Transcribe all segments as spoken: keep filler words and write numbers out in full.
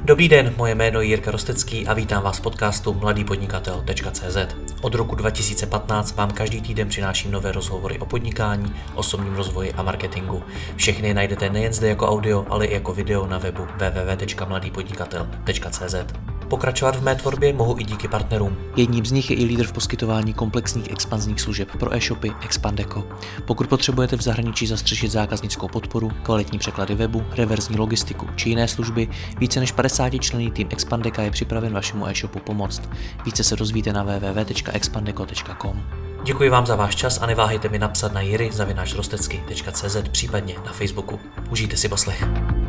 Dobrý den, moje jméno je Jirka Rostecký a vítám vás v podcastu mladý podnikatel tečka cé zet. Od roku dva tisíce patnáct vám každý týden přináším nové rozhovory o podnikání, osobním rozvoji a marketingu. Všechny najdete nejen zde jako audio, ale i jako video na webu w w w tečka mladý podnikatel tečka cé zet. Pokračovat v mé tvorbě mohu i díky partnerům. Jedním z nich je i lídr v poskytování komplexních expanzních služeb pro e-shopy Expandeco. Pokud potřebujete v zahraničí zastřešit zákaznickou podporu, kvalitní překlady webu, reverzní logistiku či jiné služby, více než padesátičlenný tým Expandeca je připraven vašemu e-shopu pomoct. Více se dozvíte na w w w tečka expandeco tečka com. Děkuji vám za váš čas a neváhejte mi napsat na jiry zavináč rostecky tečka cé zet, případně na Facebooku. Užijte si poslech.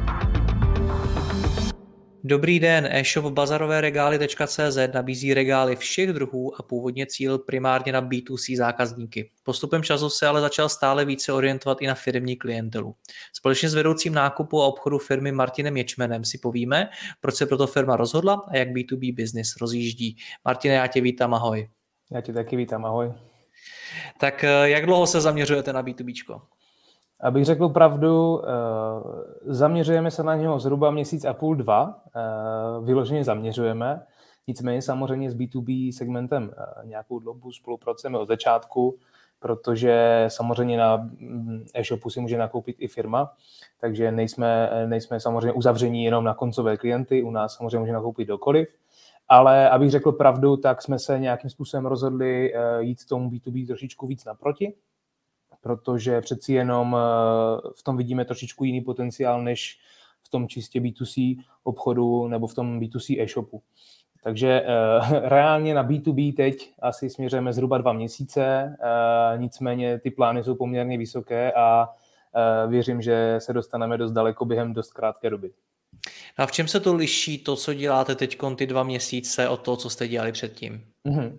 Dobrý den, e-shop bazarové regály tečka cé zet nabízí regály všech druhů a původně cíl primárně na bé dvě cé zákazníky. Postupem času se ale začal stále více orientovat i na firemní klientelu. Společně s vedoucím nákupu a obchodu firmy Martinem Ječmenem si povíme, proč se proto firma rozhodla a jak bé dvě bé business rozjíždí. Martine, já tě vítám, ahoj. Já tě taky vítám, ahoj. Tak jak dlouho se zaměřujete na bé dvě béčko? Abych řekl pravdu, zaměřujeme se na něho zhruba měsíc a půl, dva, vyloženě zaměřujeme, nicméně samozřejmě s bé dvě bé segmentem nějakou dobu spolupracujeme od začátku, protože samozřejmě na e-shopu si může nakoupit i firma, takže nejsme, nejsme samozřejmě uzavření jenom na koncové klienty, u nás samozřejmě může nakoupit kdokoliv, ale abych řekl pravdu, tak jsme se nějakým způsobem rozhodli jít tomu bé dvě bé trošičku víc naproti, protože přeci jenom v tom vidíme trošičku jiný potenciál, než v tom čistě bé dvě cé obchodu nebo v tom bé dvě cé e-shopu. Takže reálně na bé dvě bé teď asi směřujeme zhruba dva měsíce, nicméně ty plány jsou poměrně vysoké a věřím, že se dostaneme dost daleko během dost krátké doby. A v čem se to liší to, co děláte teď ty dva měsíce od toho, co jste dělali předtím? Mm-hmm.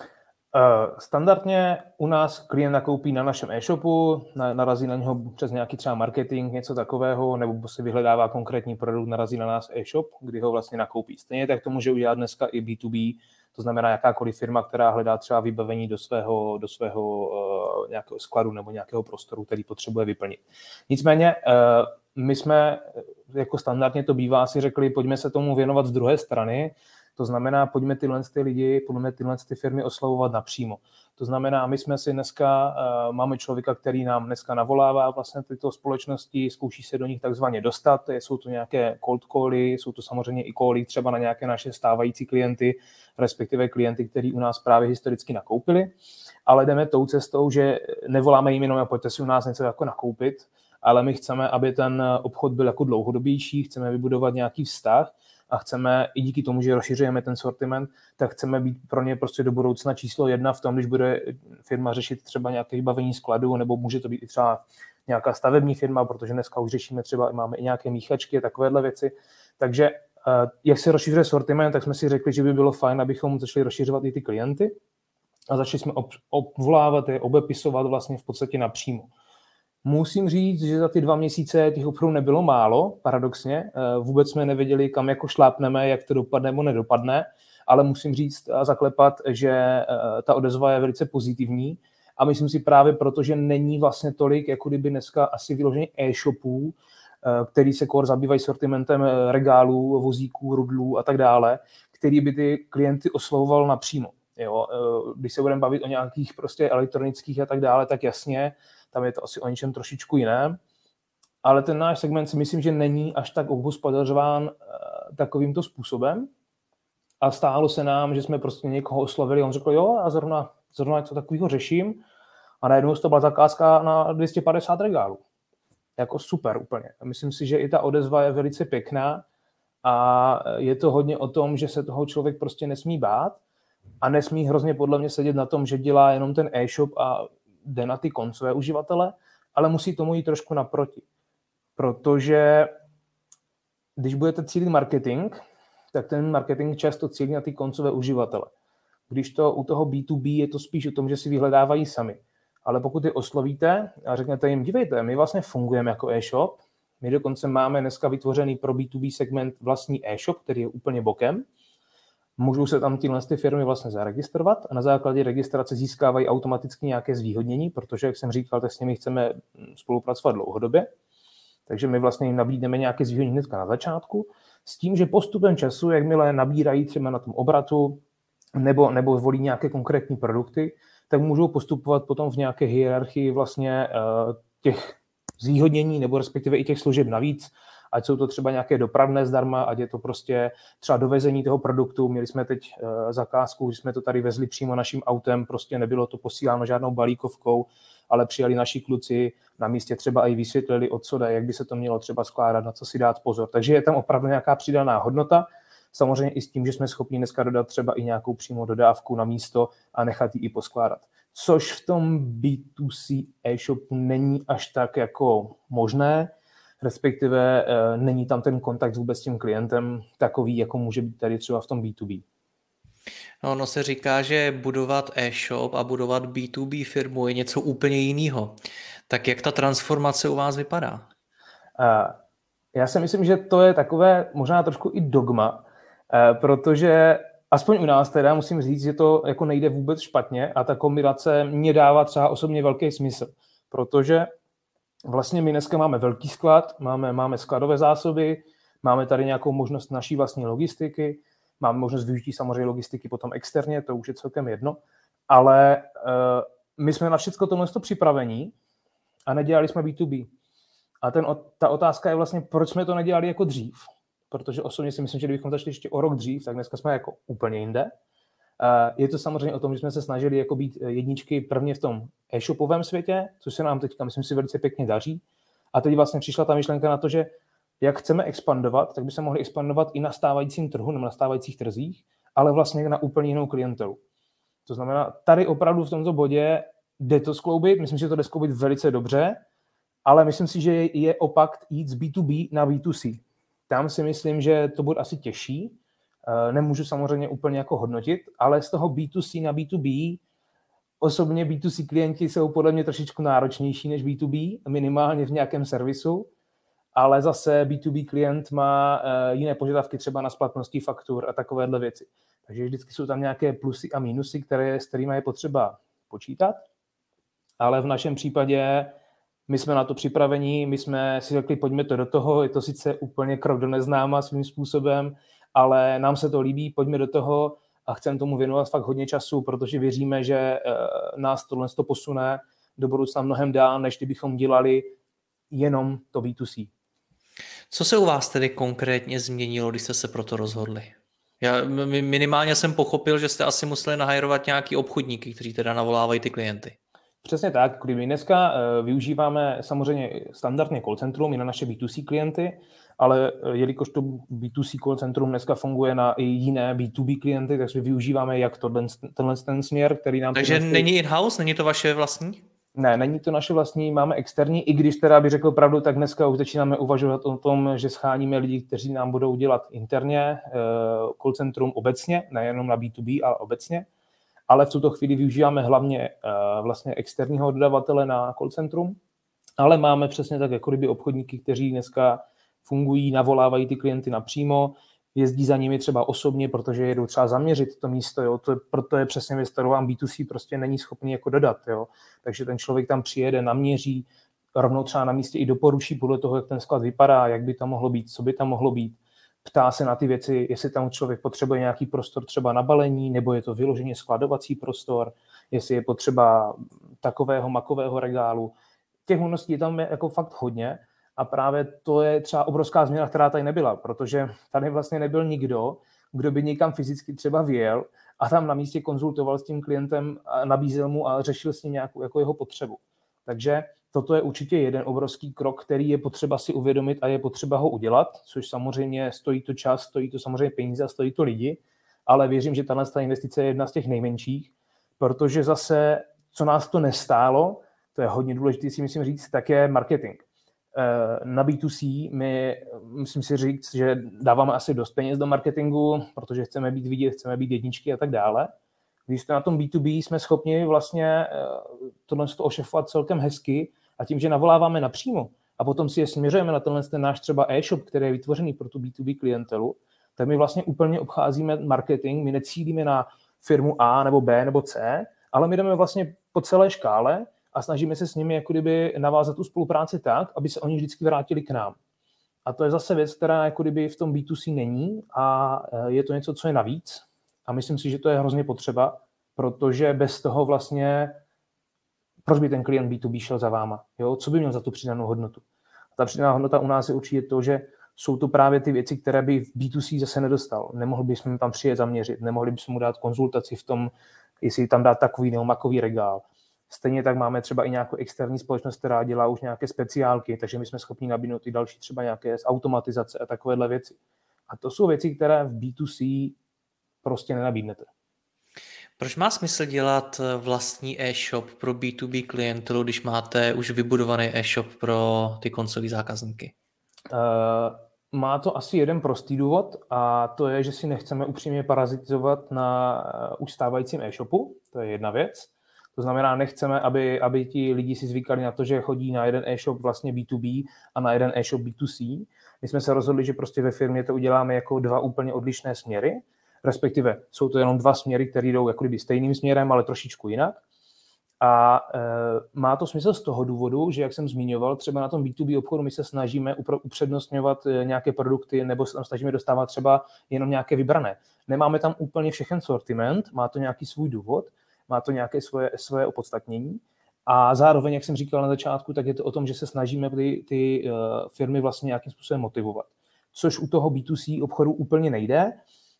Standardně u nás klient nakoupí na našem e-shopu, narazí na něho přes nějaký třeba marketing, něco takového, nebo si vyhledává konkrétní produkt, narazí na nás e-shop, kdy ho vlastně nakoupí. Stejně tak to může udělat dneska i bé dvě bé, to znamená jakákoliv firma, která hledá třeba vybavení do svého, do svého uh, nějakého skladu nebo nějakého prostoru, který potřebuje vyplnit. Nicméně uh, my jsme, jako standardně to bývá, si řekli, pojďme se tomu věnovat z druhé strany. To znamená, pojďme tyhle ty lidi, pojďme tyhle ty firmy oslovovat napřímo. To znamená, my jsme si dneska, uh, máme člověka, který nám dneska navolává vlastně tyto společnosti, zkouší se do nich takzvaně dostat, jsou to nějaké cold cally, jsou to samozřejmě i cally třeba na nějaké naše stávající klienty, respektive klienty, který u nás právě historicky nakoupili, ale jdeme tou cestou, že nevoláme jim jenom a pojďte si u nás něco jako nakoupit, ale my chceme, aby ten obchod byl jako dlouhodobější, chceme vybudovat nějaký vztah, a chceme, i díky tomu, že rozšiřujeme ten sortiment, tak chceme být pro ně prostě do budoucna číslo jedna v tom, když bude firma řešit třeba nějaké vybavení skladu, nebo může to být i třeba nějaká stavební firma, protože dneska už řešíme třeba, máme i nějaké míchačky a takovéhle věci. Takže jak se rozšiřuje sortiment, tak jsme si řekli, že by bylo fajn, abychom začali rozšiřovat i ty klienty a začali jsme obvolávat je, obepisovat vlastně v podstatě napřímo. Musím říct, že za ty dva měsíce těch obchodů nebylo málo, paradoxně. Vůbec jsme nevěděli, kam jako šlápneme, jak to dopadne nebo nedopadne, ale musím říct a zaklepat, že ta odezva je velice pozitivní a myslím si právě proto, že není vlastně tolik, jako kdyby dneska asi vyloženě e-shopů, který se kor zabývají sortimentem regálů, vozíků, rudlů a tak dále, který by ty klienty oslovoval napřímo. Jo? Když se budeme bavit o nějakých prostě elektronických a tak dále, tak jasně, tam je to asi o něčem trošičku jiném, ale ten náš segment si myslím, že není až tak obhospodařován takovýmto způsobem a stálo se nám, že jsme prostě někoho oslovili, on řekl jo a zrovna, zrovna něco takového řeším a najednou to byla zakázka na dvě stě padesát regálů. Jako super úplně. Myslím si, že i ta odezva je velice pěkná a je to hodně o tom, že se toho člověk prostě nesmí bát a nesmí hrozně podle mě sedět na tom, že dělá jenom ten e-shop a jde na ty koncové uživatele, ale musí tomu jít trošku naproti. Protože když budete cílit marketing, tak ten marketing často cílí na ty koncové uživatele. Když to u toho bé dvě bé je to spíš o tom, že si vyhledávají sami. Ale pokud je oslovíte a řeknete jim, dívejte, my vlastně fungujeme jako e-shop, my dokonce máme dneska vytvořený pro bé dvě bé segment vlastní e-shop, který je úplně bokem, můžou se tam tyhle ty firmy vlastně zaregistrovat a na základě registrace získávají automaticky nějaké zvýhodnění, protože, jak jsem říkal, tak s nimi chceme spolupracovat dlouhodobě. Takže my vlastně jim nabídneme nějaké zvýhodnění hnedka na začátku. S tím, že postupem času, jakmile nabírají třeba na tom obratu nebo, nebo volí nějaké konkrétní produkty, tak můžou postupovat potom v nějaké hierarchii vlastně těch zvýhodnění nebo respektive i těch služeb navíc, ať jsou to třeba nějaké dopravné zdarma, ať je to prostě třeba dovezení toho produktu. Měli jsme teď zakázku, když jsme to tady vezli přímo naším autem, prostě nebylo to posíláno žádnou balíkovkou, ale přijali naši kluci na místě, třeba i vysvětlili, o co jde, jak by se to mělo třeba skládat, na co si dát pozor. Takže je tam opravdu nějaká přidaná hodnota, samozřejmě i s tím, že jsme schopni dneska dodat třeba i nějakou přímo dodávku na místo a nechat ji i poskládat. Což v tom bé dvě cé e-shopu není až tak jako možné, respektive e, není tam ten kontakt vůbec s tím klientem takový, jako může být tady třeba v tom bé dvě bé. No, ono se říká, že budovat e-shop a budovat bé dvě bé firmu je něco úplně jiného. Tak jak ta transformace u vás vypadá? A já si myslím, že to je takové možná trošku i dogma, protože aspoň u nás teda musím říct, že to jako nejde vůbec špatně a ta kombinace mě dává třeba osobně velký smysl, protože vlastně my dneska máme velký sklad, máme, máme skladové zásoby, máme tady nějakou možnost naší vlastní logistiky, máme možnost využití samozřejmě logistiky potom externě, to už je celkem jedno, ale uh, my jsme na všechno tohle připravení a nedělali jsme bé dvě bé. A ten, ta otázka je vlastně, proč jsme to nedělali jako dřív. Protože osobně si myslím, že kdybychom začali ještě o rok dřív, tak dneska jsme jako úplně jinde. Je to samozřejmě o tom, že jsme se snažili jako být jedničky prvně v tom e-shopovém světě, což se nám teďka, myslím si, velice pěkně daří. A teď vlastně přišla ta myšlenka na to, že jak chceme expandovat, tak by se mohli expandovat i na stávajícím trhu nebo na stávajících trzích, ale vlastně na úplně jinou klientelu. To znamená, tady opravdu v tomto bodě jde to skloubit, myslím, že to jde skloubit velice dobře, ale myslím si, že je opak jít z bé dvě bé na bé dvě cé. Tam si myslím, že to bude asi těžší. Nemůžu samozřejmě úplně jako hodnotit, ale z toho bé dvě cé na bé dvě bé osobně bé dvě cé klienti jsou podle mě trošičku náročnější než bé dvě bé, minimálně v nějakém servisu, ale zase bé dvě bé klient má jiné požadavky třeba na splatnosti faktur a takovéhle věci. Takže vždycky jsou tam nějaké plusy a mínusy, které, s kterými je potřeba počítat, ale v našem případě my jsme na to připraveni, my jsme si řekli, pojďme to do toho, je to sice úplně krok do neznáma svým způsobem, ale nám se to líbí, pojďme do toho a chceme tomu věnovat fakt hodně času, protože věříme, že nás tohle to posune do budoucna mnohem dál, než kdybychom dělali jenom to bé dvě cé. Co se u vás tedy konkrétně změnilo, když jste se pro to rozhodli? Já minimálně jsem pochopil, že jste asi museli nahajrovat nějaký obchodníky, kteří teda navolávají ty klienty. Přesně tak, když my dneska využíváme samozřejmě standardně call centrum i na naše bé dvě cé klienty, ale jelikož to bé dvě cé call centrum dneska funguje na i jiné bé dvě bé klienty, takže využíváme jak tohle, tenhle ten směr, který nám... Takže tenhle... není in-house, není to vaše vlastní? Ne, není to naše vlastní, máme externí, i když teda bych řekl pravdu, tak dneska už začínáme uvažovat o tom, že scháníme lidi, kteří nám budou dělat interně call centrum obecně, nejenom na bé dvě bé, ale obecně. Ale v tuto chvíli využíváme hlavně uh, vlastně externího dodavatele na call centrum, ale máme přesně tak jako kdyby obchodníky, kteří dneska fungují, navolávají ty klienty napřímo, jezdí za nimi třeba osobně, protože jedou třeba zaměřit to místo, jo? To je, proto je přesně věc, kterou vám bé dvě cé prostě není schopný jako dodat. Jo? Takže ten člověk tam přijede, naměří, rovnou třeba na místě i doporučí podle toho, jak ten sklad vypadá, jak by tam mohlo být, co by tam mohlo být. Ptá se na ty věci, jestli tam člověk potřebuje nějaký prostor třeba na balení, nebo je to vyloženě skladovací prostor, jestli je potřeba takového makového regálu. Těch možností je tam jako fakt hodně a právě to je třeba obrovská změna, která tady nebyla, protože tady vlastně nebyl nikdo, kdo by někam fyzicky třeba vyjel a tam na místě konzultoval s tím klientem, a nabízel mu a řešil s ním nějakou jako jeho potřebu. Takže toto je určitě jeden obrovský krok, který je potřeba si uvědomit a je potřeba ho udělat, což samozřejmě stojí to čas, stojí to samozřejmě peníze a stojí to lidi, ale věřím, že tahle investice je jedna z těch nejmenších, protože zase, co nás to nestálo, to je hodně důležité si myslím říct, tak je marketing. Na bé dvě cé my, musím si říct, že dáváme asi dost peněz do marketingu, protože chceme být vidět, chceme být jedničky a tak dále. Když jste na tom bé dvě bé, jsme schopni vlastně tohle ošefovat celkem hezky a tím, že navoláváme napřímo a potom si je směřujeme na tenhle ten náš třeba e-shop, který je vytvořený pro tu bé dvě bé klientelu, tak my vlastně úplně obcházíme marketing, my necílíme na firmu A nebo B nebo C, ale my jdeme vlastně po celé škále a snažíme se s nimi jako kdyby navázat tu spolupráci tak, aby se oni vždycky vrátili k nám. A to je zase věc, která jako kdyby v tom bé dvě cé není a je to něco, co je navíc. A myslím si, že to je hrozně potřeba, protože bez toho vlastně, proč by ten klient bé dvě bé šel za váma? Jo? Co by měl za tu přidanou hodnotu? A ta přidaná hodnota u nás je určitě to, že jsou to právě ty věci, které by v bé dvě cé zase nedostal. Nemohli bychom tam přijet zaměřit, nemohli bychom mu dát konzultaci v tom, jestli tam dát takový nebo makový regál. Stejně tak máme třeba i nějakou externí společnost, která dělá už nějaké speciálky, takže my jsme schopni nabídnout i další třeba nějaké automatizace a takovéhle věci. A to jsou věci, které v bé dvě cé prostě nenabídnete. Proč má smysl dělat vlastní e-shop pro bé dvě bé klientelu, když máte už vybudovaný e-shop pro ty koncové zákazníky? Uh, má to asi jeden prostý důvod a to je, že si nechceme upřímně parazitizovat na už stávajícím e-shopu. To je jedna věc. To znamená, nechceme, aby, aby ti lidi si zvykali na to, že chodí na jeden e-shop vlastně bé dvě bé a na jeden e-shop bé dvě cé. My jsme se rozhodli, že prostě ve firmě to uděláme jako dva úplně odlišné směry, respektive jsou to jenom dva směry, které jdou jako kdyby stejným směrem, ale trošičku jinak. A e, má to smysl z toho důvodu, že jak jsem zmiňoval, třeba na tom bé dvě bé obchodu my se snažíme upřednostňovat nějaké produkty nebo se tam snažíme dostávat třeba jenom nějaké vybrané. Nemáme tam úplně všechen sortiment, má to nějaký svůj důvod, má to nějaké svoje, svoje opodstatnění a zároveň, jak jsem říkal na začátku, tak je to o tom, že se snažíme ty, ty uh, firmy vlastně nějakým způsobem motivovat. Což u toho bé dvě cé obchodu úplně nejde,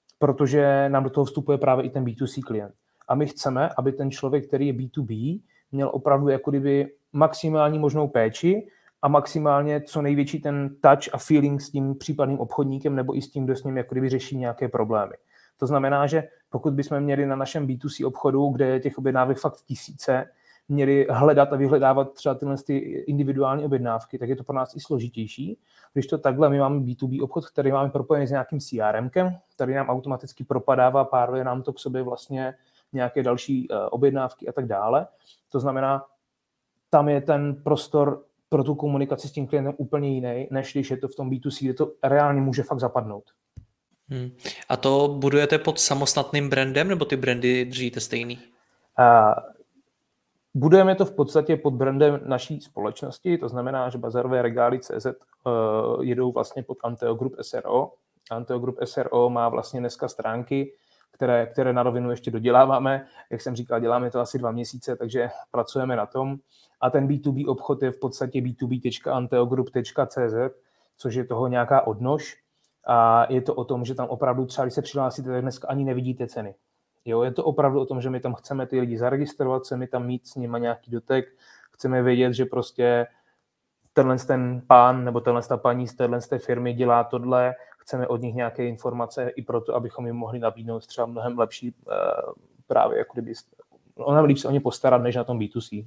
protože nám do toho vstupuje právě i ten bé dvě cé klient. A my chceme, aby ten člověk, který je bé dvě bé, měl opravdu jako kdyby maximální možnou péči a maximálně co největší ten touch a feeling s tím případným obchodníkem nebo i s tím, kdo s ním jako kdyby řeší nějaké problémy. To znamená, že pokud bychom měli na našem bé dvě cé obchodu, kde je těch objednávek fakt tisíce, měli hledat a vyhledávat třeba tyhle ty individuální objednávky, tak je to pro nás i složitější. Když to takhle, my máme bé dvě bé obchod, který máme propojený s nějakým CRMkem, který nám automaticky propadává, páruje nám to k sobě vlastně nějaké další objednávky a tak dále. To znamená, tam je ten prostor pro tu komunikaci s tím klientem úplně jiný, než když je to v tom bé dvě cé, kde to reálně může fakt zapadnout. Hmm. A to budujete pod samostatným brandem, nebo ty brandy držíte stejný? A budujeme to v podstatě pod brandem naší společnosti, to znamená, že bazarové regály tečka cé zet uh, jedou vlastně pod Anteo Group es er o. Anteo Group es er o má vlastně dneska stránky, které, které na rovinu ještě doděláváme. Jak jsem říkal, děláme to asi dva měsíce, takže pracujeme na tom. A ten bé dvě bé obchod je v podstatě bé dvě bé tečka anteogroup tečka cé zet, což je toho nějaká odnož. A je to o tom, že tam opravdu třeba, když se přihlásíte, tak dneska ani nevidíte ceny. Jo, je to opravdu o tom, že my tam chceme ty lidi zaregistrovat, chceme tam mít s nimi nějaký dotek, chceme vědět, že prostě tenhle ten pán nebo tenhle ta paní z téhle z té firmy dělá tohle, chceme od nich nějaké informace i proto, abychom jim mohli nabídnout třeba mnohem lepší uh, právě, jako kdyby mnohem líp se o ně postarat, než na tom bé dvě cé.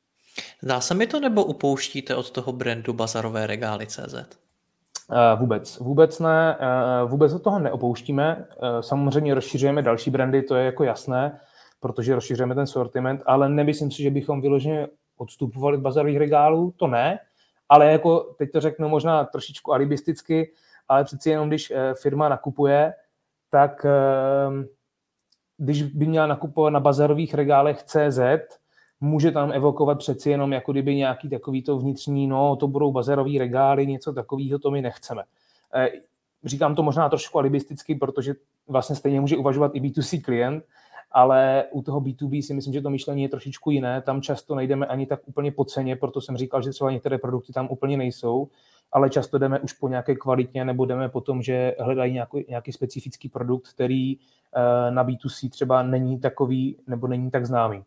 Zdá se mi to, nebo upouštíte od toho brandu bazarové regály tečka cé zet? Uh, vůbec. Vůbec ne. Uh, vůbec od toho neopouštíme. Uh, samozřejmě rozšiřujeme další brandy, to je jako jasné, protože rozšiřujeme ten sortiment, ale nemyslím si, že bychom vyloženě odstupovali od bazarových regálů, to ne, ale jako teď to řeknu možná trošičku alibisticky, ale přeci jenom, když uh, firma nakupuje, tak uh, když by měla nakupovat na bazarových regálech tečka cé zet, může tam evokovat přeci jenom jako kdyby nějaký takový to vnitřní, no to budou bazarový regály, něco takového, to my nechceme. E, říkám to možná trošku alibisticky, protože vlastně stejně může uvažovat i bé dvě cé klient, ale u toho bé dvě bé si myslím, že to myšlení je trošičku jiné, tam často nejdeme ani tak úplně po ceně, proto jsem říkal, že třeba některé produkty tam úplně nejsou, ale často jdeme už po nějaké kvalitě nebo jdeme po tom, že hledají nějaký, nějaký specifický produkt, který e, na bé dvě cé třeba není takový nebo není tak známý.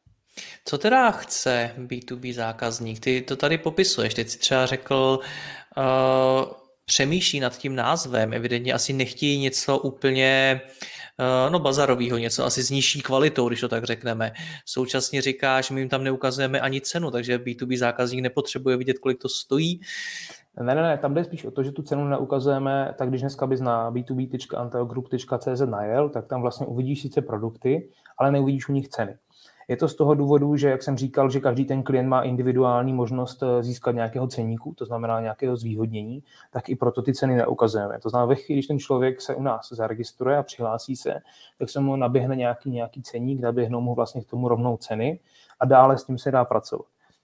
Co teda chce bé dvě bé zákazník? Ty to tady popisuješ, teď si třeba řekl, uh, přemýšlí nad tím názvem, evidentně asi nechtějí něco úplně uh, no bazarového, něco asi s nižší kvalitou, když to tak řekneme. Současně říká, že my jim tam neukazujeme ani cenu, takže bé dvě bé zákazník nepotřebuje vidět, kolik to stojí. Ne, ne, ne, tam jde spíš o to, že tu cenu neukazujeme, tak když dneska bys na bé dvě bé tečka anteogroup tečka cé zet najel, tak tam vlastně uvidíš sice produkty, ale neuvidíš u nich ceny. Je to z toho důvodu, že, jak jsem říkal, že každý ten klient má individuální možnost získat nějakého ceníku, to znamená nějakého zvýhodnění, tak i proto ty ceny neukazujeme. To znamená, ve chvíli, když ten člověk se u nás zaregistruje a přihlásí se, tak se mu naběhne nějaký, nějaký ceník, naběhnou mu vlastně k tomu rovnou ceny a dále s tím se dá pracovat.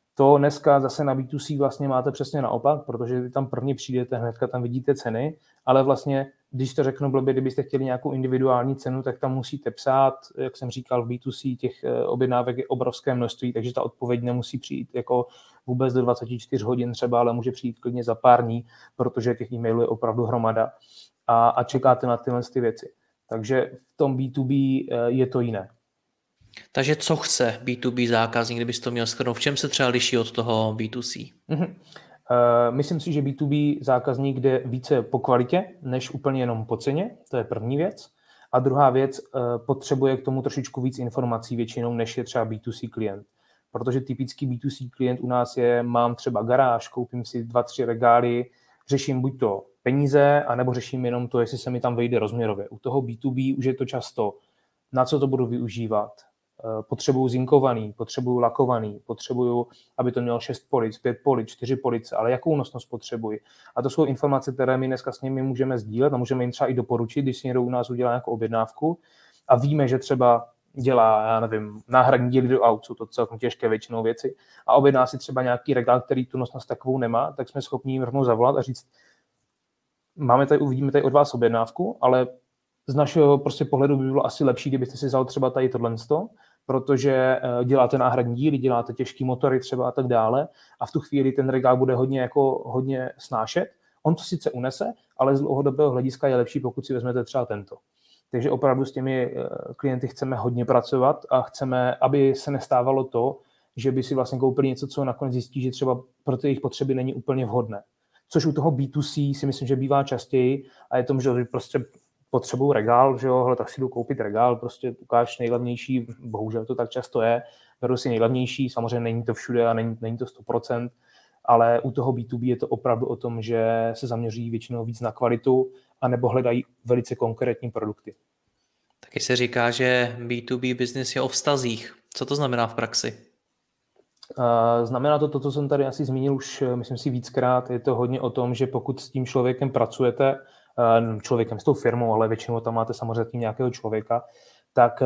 To dneska zase na bé dvě cé vlastně máte přesně naopak, protože vy tam prvně přijdete, hnedka tam vidíte ceny, ale vlastně, když to řeknu blbě, kdybyste chtěli nějakou individuální cenu, tak tam musíte psát, jak jsem říkal, v bé dvě cé těch objednávek je obrovské množství, takže ta odpověď nemusí přijít jako vůbec do dvacet čtyři hodin třeba, ale může přijít klidně za pár dní, protože těch e-mailů je opravdu hromada a, a čekáte na tyhle ty věci. Takže v tom bé dvě bé je to jiné. Takže co chce bé dvě bé zákazník, kdybys to měl shrnout? V čem se třeba liší od toho bé dvě cé? Mm-hmm. Uh, myslím si, že bé dvě bé zákazník jde více po kvalitě, než úplně jenom po ceně. To je první věc. A druhá věc, uh, potřebuje k tomu trošičku víc informací většinou, než je třeba bé dvě cé klient. Protože typický bé dvě cé klient u nás je, mám třeba garáž, koupím si dva, tři regály, řeším buď to peníze, anebo řeším jenom to, jestli se mi tam vejde rozměrově. U toho bé dvě bé už je to často, na co to budu využívat. Potřebuju zinkovaný, potřebuju lakovaný, potřebuju, aby to mělo šest polic, pět polic, čtyři police, ale jakou nosnost potřebuji. A to jsou informace, které my dneska s nimi můžeme sdílet a můžeme jim třeba i doporučit, když si někdo u nás udělá nějakou objednávku a víme, že třeba dělá, já nevím, náhradní díly do aut, jsou to celkem těžké většinou věci, a objedná si třeba nějaký regál, který tu nosnost takovou nemá, tak jsme schopni jim rovnou zavolat a říct, máme tady, uvidíme tady od vás objednávku, ale z našeho prostě pohledu by bylo asi lepší, kdybyste si vzal třeba tady tohle, protože děláte náhradní díly, děláte těžký motory třeba a tak dále a v tu chvíli ten regál bude hodně, jako, hodně snášet. On to sice unese, ale z dlouhodobého hlediska je lepší, pokud si vezmete třeba tento. Takže opravdu s těmi klienty chceme hodně pracovat a chceme, aby se nestávalo to, že by si vlastně koupili něco, co nakonec zjistí, že třeba pro ty jejich potřeby není úplně vhodné. Což u toho bé dvě cé si myslím, že bývá častěji a je to, že prostě potřebuju regál, že jo, hele, tak si jdu koupit regál, prostě ukáž nejlevnější, bohužel to tak často je, beru si nejlevnější, samozřejmě není to všude a není, není to sto procent, ale u toho bé dvě bé je to opravdu o tom, že se zaměří většinou víc na kvalitu anebo hledají velice konkrétní produkty. Taky se říká, že bé dvě bé business je o vztazích. Co to znamená v praxi? Znamená to to, co jsem tady asi zmínil už, myslím si, víckrát. Je to hodně o tom, že pokud s tím člověkem pracujete, člověkem s tou firmou, ale většinou tam máte samozřejmě tím nějakého člověka, tak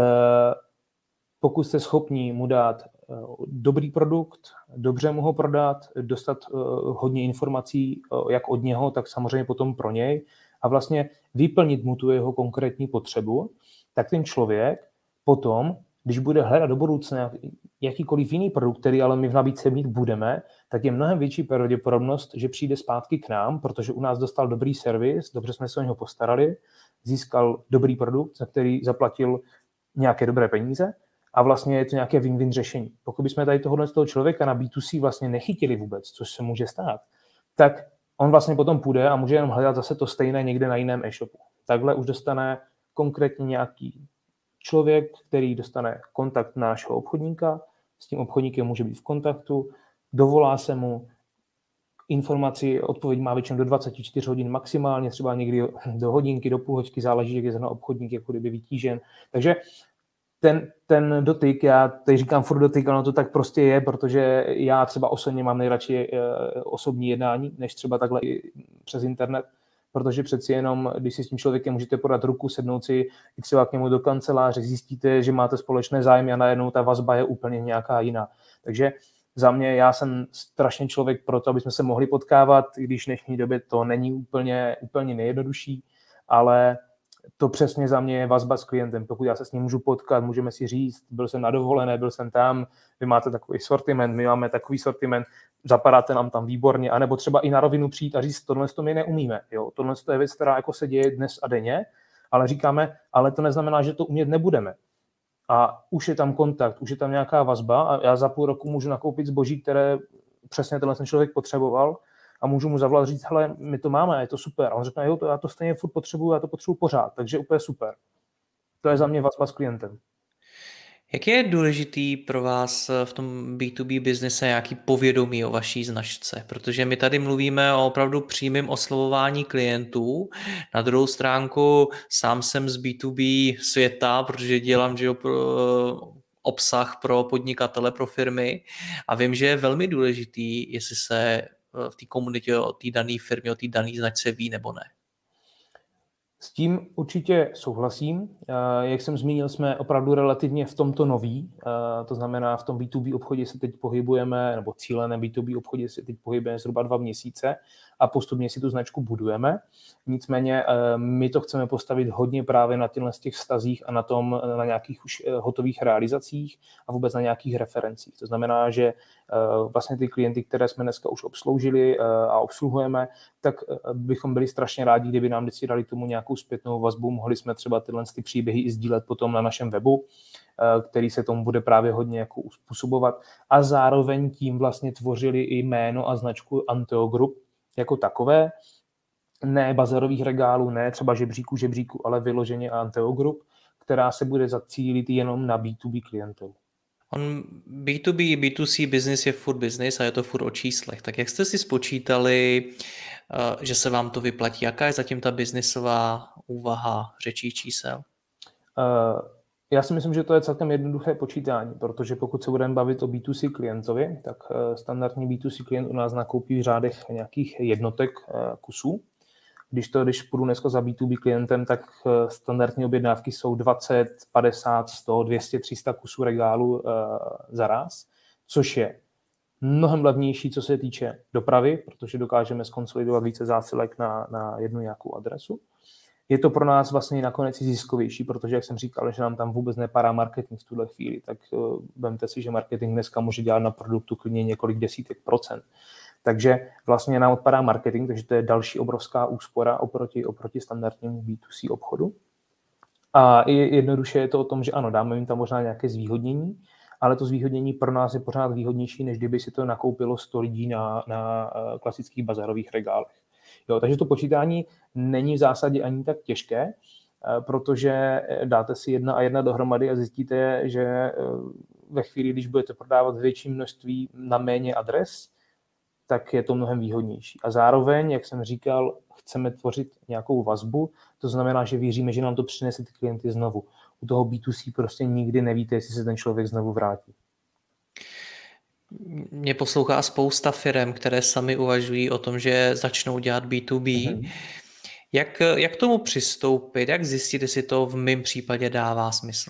pokud jste schopni mu dát dobrý produkt, dobře mu ho prodat, dostat hodně informací jak od něho, tak samozřejmě potom pro něj a vlastně vyplnit mu tu jeho konkrétní potřebu, tak ten člověk potom, když bude hledat do budoucna jakýkoliv jiný produkt, který ale my v nabídce mít budeme, tak je mnohem větší pravděpodobnost, že přijde zpátky k nám, protože u nás dostal dobrý servis, dobře jsme se o něho postarali, získal dobrý produkt, za který zaplatil nějaké dobré peníze a vlastně je to nějaké win-win řešení. Pokud bychom tady tohohle z toho člověka na bé dvě cé vlastně nechytili vůbec, což se může stát, tak on vlastně potom půjde a může jenom hledat zase to stejné někde na jiném e-shopu. Takhle už dostane konkrétně nějaký člověk, který dostane kontakt našeho obchodníka, s tím obchodníkem může být v kontaktu, dovolá se mu informaci, odpověď má většinou do dvacet čtyři hodin maximálně, třeba někdy do hodinky, do půl hodinky, záleží, jak je zrovna obchodník, jako kdyby vytížen. Takže ten, ten dotyk, já teď říkám furt dotyk, ale to tak prostě je, protože já třeba osobně mám nejradši osobní jednání, než třeba takhle i přes internet, protože přeci jenom, když si s tím člověkem můžete podat ruku, sednout si i třeba k němu do kanceláře, zjistíte, že máte společné zájmy a najednou ta vazba je úplně nějaká jiná. Takže za mě, já jsem strašně člověk pro to, aby jsme se mohli potkávat, i když v dnešní době to není úplně, úplně nejjednodušší, ale to přesně za mě je vazba s klientem. Pokud já se s ním můžu potkat, můžeme si říct, byl jsem na dovolené, byl jsem tam, vy máte takový sortiment, my máme takový sortiment, zapadáte nám tam výborně, anebo třeba i na rovinu přijít a říct, tohle to my neumíme. Jo? Tohle je věc, která jako se děje dnes a denně, ale říkáme, ale to neznamená, že to umět nebudeme. A už je tam kontakt, už je tam nějaká vazba a já za půl roku můžu nakoupit zboží, které přesně tenhle ten člověk potřeboval a můžu mu zavolat říct, hele, my to máme, je to super. A on řekne, jo, to, já to stejně furt potřebuju, já to potřebuju pořád, takže úplně super. To je za mě vazba s klientem. Jak je důležitý pro vás v tom bé dvě bé biznise nějaký povědomí o vaší značce? Protože my tady mluvíme o opravdu přímém oslovování klientů. Na druhou stránku sám jsem z bé dvě bé světa, protože dělám že pro, obsah pro podnikatele, pro firmy a vím, že je velmi důležitý, jestli se v té komunitě o té dané firmě, o té dané značce ví nebo ne. S tím určitě souhlasím. Jak jsem zmínil, jsme opravdu relativně v tomto noví, to znamená v tom bé dvě bé obchodě se teď pohybujeme, nebo cíleném bé dvě bé obchodě se teď pohybujeme zhruba dva měsíce a postupně si tu značku budujeme. Nicméně my to chceme postavit hodně právě na těchto těch vztazích a na tom, na nějakých už hotových realizacích a vůbec na nějakých referencích. To znamená, že vlastně ty klienty, které jsme dneska už obsloužili a obsluhujeme, tak bychom byli strašně rádi, kdyby nám vždycky dali tomu nějakou zpětnou vazbu. Mohli jsme třeba tyhle ty příběhy i sdílet potom na našem webu, který se tomu bude právě hodně jako uspůsobovat. A zároveň tím vlastně tvořili i jméno a značku Anteo Group jako takové. Ne bazarových regálů, ne třeba žebříku, žebříku, ale vyloženě Anteo Group, která se bude zacílit jenom na bé dvě bé klientelu. On bé dvě bé, bé dvě cé business je furt business a je to furt o číslech. Tak jak jste si spočítali, že se vám to vyplatí? Jaká je zatím ta biznisová úvaha řečí čísel? Já si myslím, že to je celkem jednoduché počítání, protože pokud se budeme bavit o bé dvě cé klientovi, tak standardní bé dvě cé klient u nás nakoupí v řádech nějakých jednotek kusů. Když to, když půjdu dneska za bé dvě bé klientem, tak standardní objednávky jsou dvacet, padesát, sto, dvě stě, tři sta kusů regálu za raz, což je mnohem levnější, co se týče dopravy, protože dokážeme skonsolidovat více zásilek na, na jednu nějakou adresu. Je to pro nás vlastně nakonec i ziskovější, protože, jak jsem říkal, že nám tam vůbec nepadá marketing v tuhle chvíli, tak uh, vemte si, že marketing dneska může dělat na produktu klidně několik desítek procent. Takže vlastně nám odpadá marketing, takže to je další obrovská úspora oproti, oproti standardnímu bé dvě cé obchodu. A jednoduše je to o tom, že ano, dáme jim tam možná nějaké zvýhodnění, ale to zvýhodnění pro nás je pořád výhodnější, než kdyby si to nakoupilo sto lidí na, na klasických bazarových regálech. Jo, takže to počítání není v zásadě ani tak těžké, protože dáte si jedna a jedna dohromady a zjistíte, že ve chvíli, když budete prodávat větší množství na méně adres, tak je to mnohem výhodnější. A zároveň, jak jsem říkal, chceme tvořit nějakou vazbu, to znamená, že věříme, že nám to přinese ty klienty znovu. U toho bé dvě cé prostě nikdy nevíte, jestli se ten člověk znovu vrátí. Mě poslouchá spousta firem, které sami uvažují o tom, že začnou dělat bé dvě bé. Mm-hmm. Jak, jak tomu přistoupit? Jak zjistit, jestli to v mém případě dává smysl?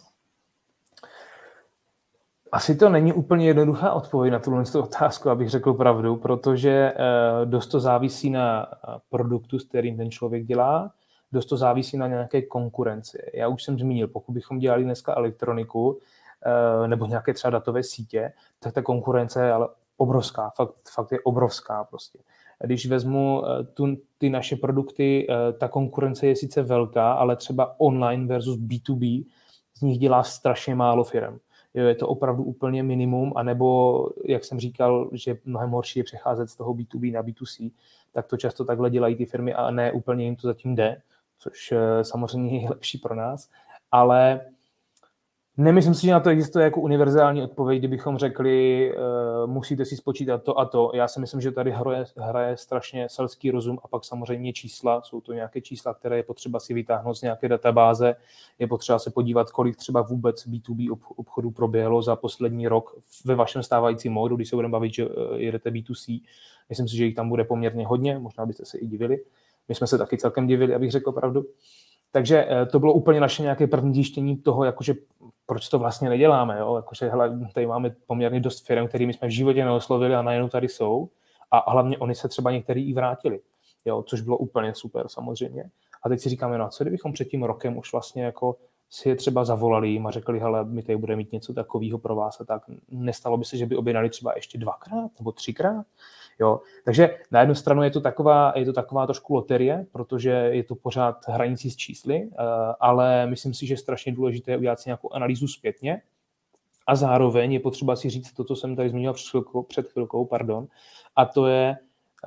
Asi to není úplně jednoduchá odpověď na tuhle otázku, abych řekl pravdu, protože dost to závisí na produktu, s kterým ten člověk dělá, dost to závisí na nějaké konkurenci. Já už jsem zmínil, pokud bychom dělali dneska elektroniku nebo nějaké třeba datové sítě, tak ta konkurence je ale obrovská, fakt, fakt je obrovská prostě. Když vezmu tu, ty naše produkty, ta konkurence je sice velká, ale třeba online versus bé dvě bé z nich dělá strašně málo firem. Jo, je to opravdu úplně minimum, anebo, jak jsem říkal, že mnohem horší je přecházet z toho bé dvě bé na bé dvě cé, tak to často takhle dělají ty firmy a ne úplně jim to zatím jde, což samozřejmě je lepší pro nás, ale nemyslím si, že na to existuje jako univerzální odpověď, kdybychom řekli, uh, musíte si spočítat to a to. Já si myslím, že tady hraje, hraje strašně selský rozum a pak samozřejmě čísla. Jsou to nějaké čísla, které je potřeba si vytáhnout z nějaké databáze. Je potřeba se podívat, kolik třeba vůbec bé dvě bé obchodů proběhlo za poslední rok ve vašem stávajícím módu, když se budeme bavit, že jedete bé dvě cé. Myslím si, že jich tam bude poměrně hodně, možná byste se i divili. My jsme se taky celkem divili, abych řekl pravdu. Takže to bylo úplně naše nějaké první zjištění toho, jakože proč to vlastně neděláme. Jo? Jakože, hele, tady máme poměrně dost firm, kterými jsme v životě neoslovili a najednou tady jsou. A hlavně oni se třeba některý i vrátili, jo? Což bylo úplně super samozřejmě. A teď si říkáme, no co kdybychom před tím rokem už vlastně jako si je třeba zavolali jim a řekli, hele, my tady budeme mít něco takového pro vás a tak. Nestalo by se, že by objednali třeba ještě dvakrát nebo třikrát. Jo. Takže na jednu stranu je to taková, je to taková trošku loterie, protože je to pořád hranicí s čísly, ale myslím si, že je strašně důležité udělat si nějakou analýzu zpětně a zároveň je potřeba si říct to, co jsem tady zmínil před chvilkou, před chvilkou pardon, a to je,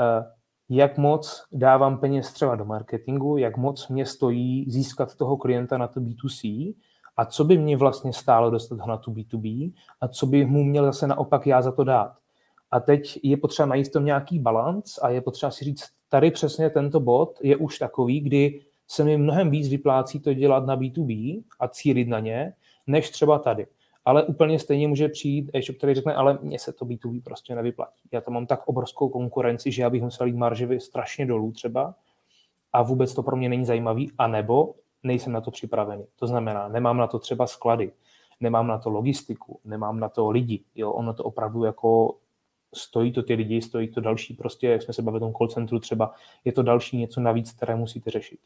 jak moc dávám peněz třeba do marketingu, jak moc mě stojí získat toho klienta na to bé dvě cé a co by mě vlastně stálo dostat ho na tu bé dvě bé a co by mu měl zase naopak já za to dát. A teď je potřeba najít v tom nějaký balanc a je potřeba si říct, tady přesně tento bod je už takový, kdy se mi mnohem víc vyplácí to dělat na bé dvě bé a cílit na ně, než třeba tady. Ale úplně stejně může přijít e-shop, který řekne, ale mně se to bé dvě bé prostě nevyplatí. Já tam mám tak obrovskou konkurenci, že já bych musel jít marživě strašně dolů třeba a vůbec to pro mě není zajímavý, anebo nejsem na to připravený. To znamená, nemám na to třeba sklady, nemám na to logistiku, nemám na to lidi. Jo, ono to opravdu jako stojí to ty lidi, stojí to další, prostě, jak jsme se bavili o tom call centru třeba, je to další něco navíc, které musíte řešit.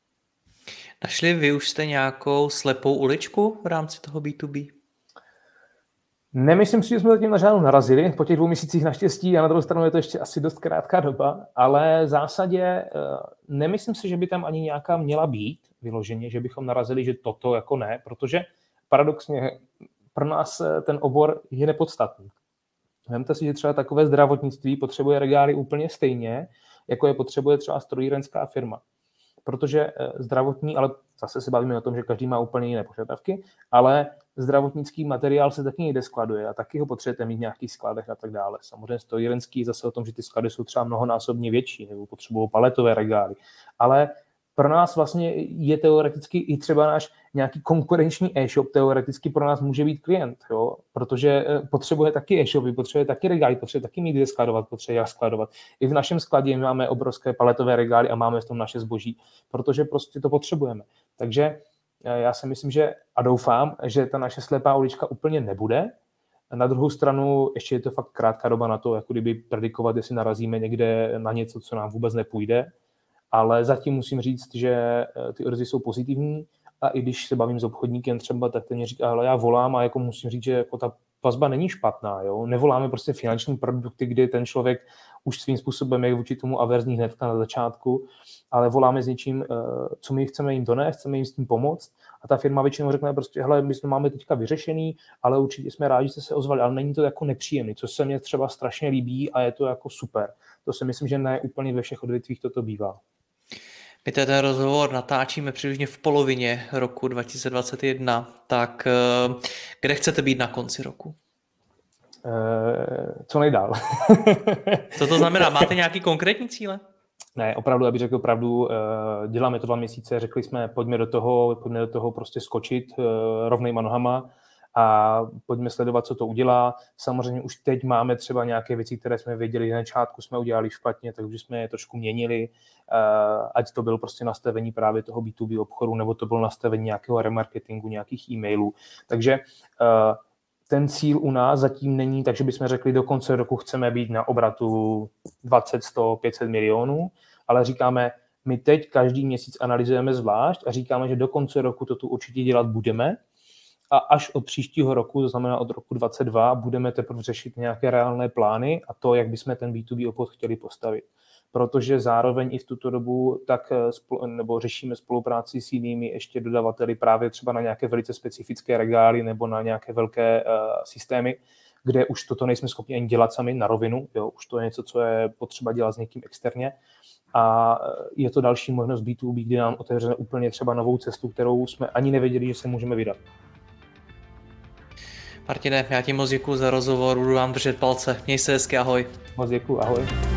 Našli vy už jste nějakou slepou uličku v rámci toho bé dvě bé? Nemyslím si, že jsme zatím na žádnou narazili, po těch dvou měsících naštěstí a na druhou stranu je to ještě asi dost krátká doba, ale v zásadě nemyslím si, že by tam ani nějaká měla být vyloženě, že bychom narazili, že toto jako ne, protože paradoxně pro nás ten obor je nepodstatný. Vemte si, že třeba takové zdravotnictví potřebuje regály úplně stejně, jako je potřebuje třeba strojírenská firma. Protože zdravotní, ale zase se bavíme o tom, že každý má úplně jiné požadavky, ale zdravotnický materiál se taky někde skladuje a taky ho potřebujete mít v nějakých skladech a tak dále. Samozřejmě strojírenský zase o tom, že ty sklady jsou třeba mnohonásobně větší nebo potřebují paletové regály. Ale pro nás vlastně je teoreticky i třeba náš nějaký konkurenční e-shop teoreticky pro nás může být klient, jo? Protože potřebuje taky e-shopy, potřebuje taky regály, potřebuje taky mít kde skladovat, potřebuje jak skladovat. I v našem skladě máme obrovské paletové regály a máme v tom naše zboží, protože prostě to potřebujeme. Takže já si myslím, že a doufám, že ta naše slepá ulička úplně nebude. Na druhou stranu ještě je to fakt krátká doba na to, jako kdyby predikovat, jestli narazíme někde na něco, co nám vůbec nepůjde. Ale zatím musím říct, že ty odezvy jsou pozitivní a i když se bavím s obchodníkem třeba, tak ten mě říká, ale já volám a jako musím říct, že jako ta vazba není špatná. Jo? Nevoláme prostě finanční produkty, kdy ten člověk už svým způsobem je vůči tomu averzní hnedka na začátku, ale voláme s něčím, co my chceme jim donést, chceme jim s tím pomoct a ta firma většinou řekne prostě, hele, my to máme teďka vyřešený, ale určitě jsme rádi, že jste se ozvali, ale není to jako nepříjemný, co se mně třeba strašně líbí a je to jako super. To si myslím, že ne úplně ve všech odvětvích toto bývá. My ten rozhovor natáčíme přibližně v polovině roku dva tisíce dvacet jedna, tak kde chcete být na konci roku? E, co nejdál. Co to znamená? Máte nějaký konkrétní cíle? Ne, opravdu, abych řekl pravdu, děláme to dva měsíce, řekli jsme, pojďme do toho, pojďme do toho prostě skočit rovnejma nohama a pojďme sledovat, co to udělá. Samozřejmě už teď máme třeba nějaké věci, které jsme věděli, že na začátku jsme udělali špatně, takže jsme je trošku měnili, ať to bylo prostě nastavení právě toho bé dvě bé obchodu, nebo to bylo nastavení nějakého remarketingu, nějakých e-mailů. Takže ten cíl u nás zatím není, takže bychom řekli, do konce roku chceme být na obratu dvacet, sto, pět set milionů, ale říkáme, my teď každý měsíc analyzujeme zvlášť a říkáme, že do konce roku to tu určitě dělat budeme a až od příštího roku, to znamená od roku dvacet dva, budeme teprve řešit nějaké reálné plány a to, jak bychom ten bé dvě bé obchod chtěli postavit. Protože zároveň i v tuto dobu tak nebo řešíme spolupráci s jinými ještě dodavateli právě třeba na nějaké velice specifické regály nebo na nějaké velké uh, systémy, kde už toto nejsme schopni ani dělat sami na rovinu, jo, už to je něco, co je potřeba dělat s někým externě a je to další možnost bé dvě bé, kdy nám otevře úplně třeba novou cestu, kterou jsme ani nevěděli, že se můžeme vydat. Martine, já ti moc děkuju za rozhovor, budu vám držet palce. Měj se hezky, ahoj. Moc děkuju, ahoj.